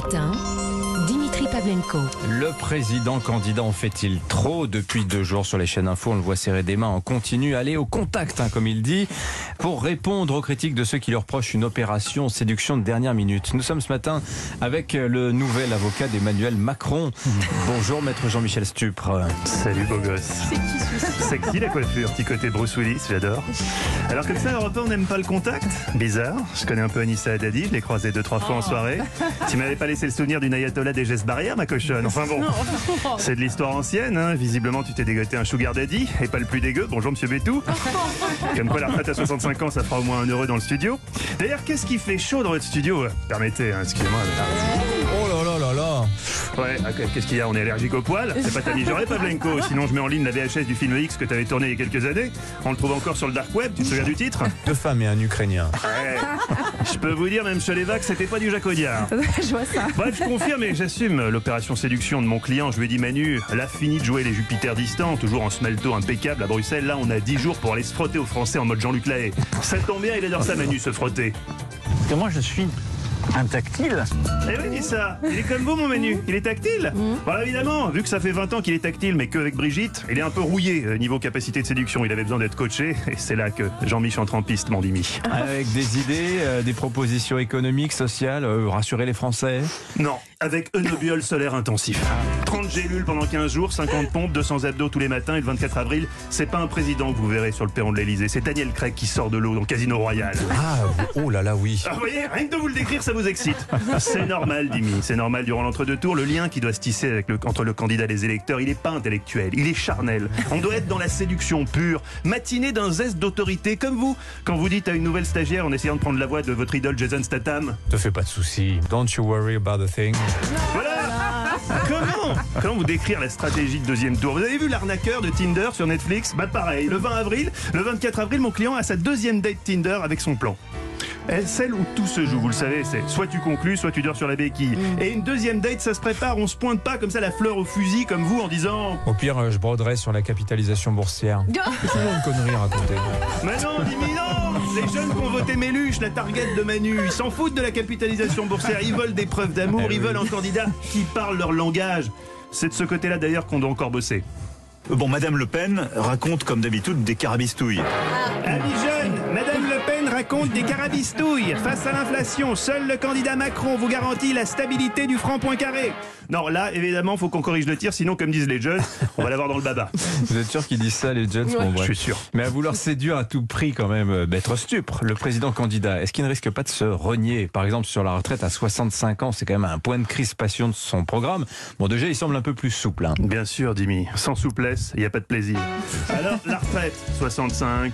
matin, Dimitri Pavlenko. Le président candidat en fait-il trop? Depuis 2 jours sur les chaînes info, on le voit serrer des mains en continu, aller au contact, comme il dit, pour répondre aux critiques de ceux qui lui reprochent une opération séduction de dernière minute. Nous sommes ce matin avec le nouvel avocat d'Emmanuel Macron. Bonjour maître Jean-Michel Stupre. Salut beau gosse. C'est qui celui-ci? Sexy la coiffure, petit côté Bruce Willis, j'adore. Alors comme ça, Europe 1, on n'aime pas le contact? Bizarre, je connais un peu Anissa Haddadi, je l'ai croisée 2-3 fois en soirée. Tu m'avais pas laissé le souvenir d'une ayatollah des gestes barrières, ma cochonne. Enfin bon, c'est de l'histoire ancienne, hein. Visiblement tu t'es dégoté un sugar daddy, et pas le plus dégueu. Bonjour monsieur Bétou. Comme quoi la retraite à 65 ans, ça fera au moins 1 euro dans le studio. D'ailleurs, qu'est-ce qui fait chaud dans votre studio? Permettez, hein, excusez-moi. Oh là là là là. Ouais, qu'est-ce qu'il y a? On est allergique au poil? C'est pas ta mijaurée, Pavlenko? Sinon je mets en ligne la VHS du film X que t'avais tourné il y a quelques années. On le trouve encore sur le dark web, tu te souviens du titre? 2 femmes et un Ukrainien. Ouais. Je peux vous dire, même chez les vagues, c'était pas du Jacques Audiard. Je vois ça. Bref, je confirme et j'assume l'opération séduction de mon client. Je lui ai dit, Manu, là, fini de jouer les Jupiters distants, toujours en smelto impeccable à Bruxelles. Là, on a 10 jours pour aller se frotter aux Français en mode Jean-Luc Lahaye. Ça tombe bien, il adore ça, Manu, se frotter. Parce que moi, je suis un tactile. Eh oui, dis ça. Il est comme vous, mon Manu. Il est tactile. Voilà, évidemment, vu que ça fait 20 ans qu'il est tactile, mais qu'avec Brigitte, il est un peu rouillé niveau capacité de séduction. Il avait besoin d'être coaché, et c'est là que Jean-Mich entre en piste, mon Dimi. Avec des idées, des propositions économiques, sociales, rassurer les Français. Non, avec Enobiol solaire intensif. 30 gélules pendant 15 jours, 50 pompes, 200 abdos tous les matins, et le 24 avril, c'est pas un président que vous verrez sur le perron de l'Elysée, c'est Daniel Craig qui sort de l'eau dans Casino Royal. Ah, oh là là, oui. Ah, vous voyez, rien que de vous le décrire, ça vous excite. C'est normal, Dimi, c'est normal durant l'entre-deux tours. Le lien qui doit se tisser entre le candidat et les électeurs, il est pas intellectuel, il est charnel. On doit être dans la séduction pure, matinée d'un zeste d'autorité, comme vous, quand vous dites à une nouvelle stagiaire en essayant de prendre la voix de votre idole Jason Statham. Te fais pas de soucis. Don't you worry about a thing. Voilà. Comment vous décrire la stratégie de 2e tour? Vous avez vu l'arnaqueur de Tinder sur Netflix? Bah pareil, le 24 avril, mon client a sa 2e date Tinder avec son plan. Celle où tout se joue, vous le savez, c'est soit tu conclus, soit tu dors sur la béquille. Et une 2e date, ça se prépare, on se pointe pas comme ça la fleur au fusil, comme vous, en disant... Au pire, je broderai sur la capitalisation boursière. C'est toujours une connerie à raconter. Mais non, Dimi, non! Les jeunes qui ont voté Méluche, la target de Manu, ils s'en foutent de la capitalisation boursière, ils veulent des preuves d'amour, ils veulent un candidat qui parle leur langage. C'est de ce côté-là d'ailleurs qu'on doit encore bosser. Bon, Madame Le Pen raconte comme d'habitude des carabistouilles. Amis jeunes, Madame Le Pen raconte des carabistouilles. Face à l'inflation, seul le candidat Macron vous garantit la stabilité du franc Poincaré. Non, là, évidemment, faut qu'on corrige le tir, sinon, comme disent les jeunes, on va l'avoir dans le baba. Vous êtes sûr qu'ils disent ça, les jeunes? Bon, Je suis sûr. Mais à vouloir séduire à tout prix, quand même, maître Stupre, le président candidat, est-ce qu'il ne risque pas de se renier, par exemple, sur la retraite à 65 ans? C'est quand même un point de crispation de son programme. Bon, déjà, il semble un peu plus souple. Hein. Bien sûr, Dimi. Sans souplesse, il n'y a pas de plaisir. Alors, la retraite, 65...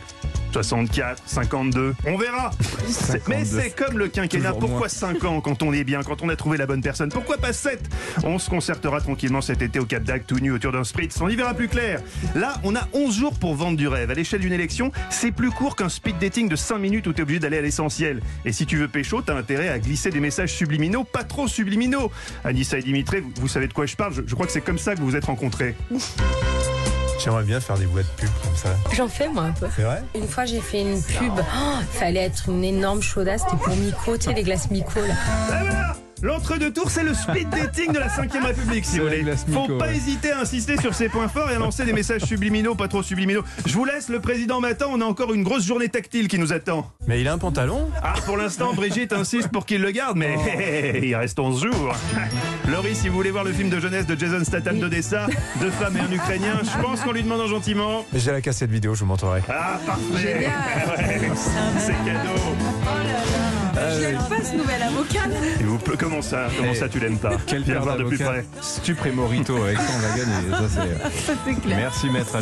64, 52, on verra. Mais c'est comme le quinquennat. Toujours Pourquoi moins. 5 ans quand on est bien, quand on a trouvé la bonne personne? Pourquoi pas 7? On se concertera tranquillement cet été au Cap d'Agde, tout nu autour d'un spritz. On y verra plus clair. Là, on a 11 jours pour vendre du rêve. À l'échelle d'une élection, c'est plus court qu'un speed dating de 5 minutes où t'es obligé d'aller à l'essentiel. Et si tu veux pécho, t'as intérêt à glisser des messages subliminaux, pas trop subliminaux. Anissa et Dimitri, vous savez de quoi je parle? Je crois que c'est comme ça que vous vous êtes rencontrés. J'aimerais bien faire des voix de pub comme ça. J'en fais moi un peu. C'est vrai? Une fois j'ai fait une pub, fallait être une énorme chaudasse, c'était pour Miko, tu sais les glaces Miko là. Et voilà! L'entre-deux tours, c'est le speed dating de la 5ème République, si vous voulez. Faut pas hésiter à insister sur ses points forts et à lancer des messages subliminaux, pas trop subliminaux. Je vous laisse, le président m'attend, on a encore une grosse journée tactile qui nous attend. Mais il a un pantalon? Ah, pour l'instant, Brigitte insiste pour qu'il le garde, mais il reste 11 jours. Laurie, si vous voulez voir le film de jeunesse de Jason Statham d'Odessa, 2 femmes et un Ukrainien, je pense qu'en lui demandant gentiment... J'ai la cassette vidéo, je vous montrerai. Ah, parfait. Ouais, c'est cadeau. Je l'aime pas ce nouvel avocat. Et comment ça tu l'aimes pas? Quel Viens père voir de plus d'avocat. près. Stupre et Morito, avec ça on va gagner. Ça, Ça c'est clair. Merci maître.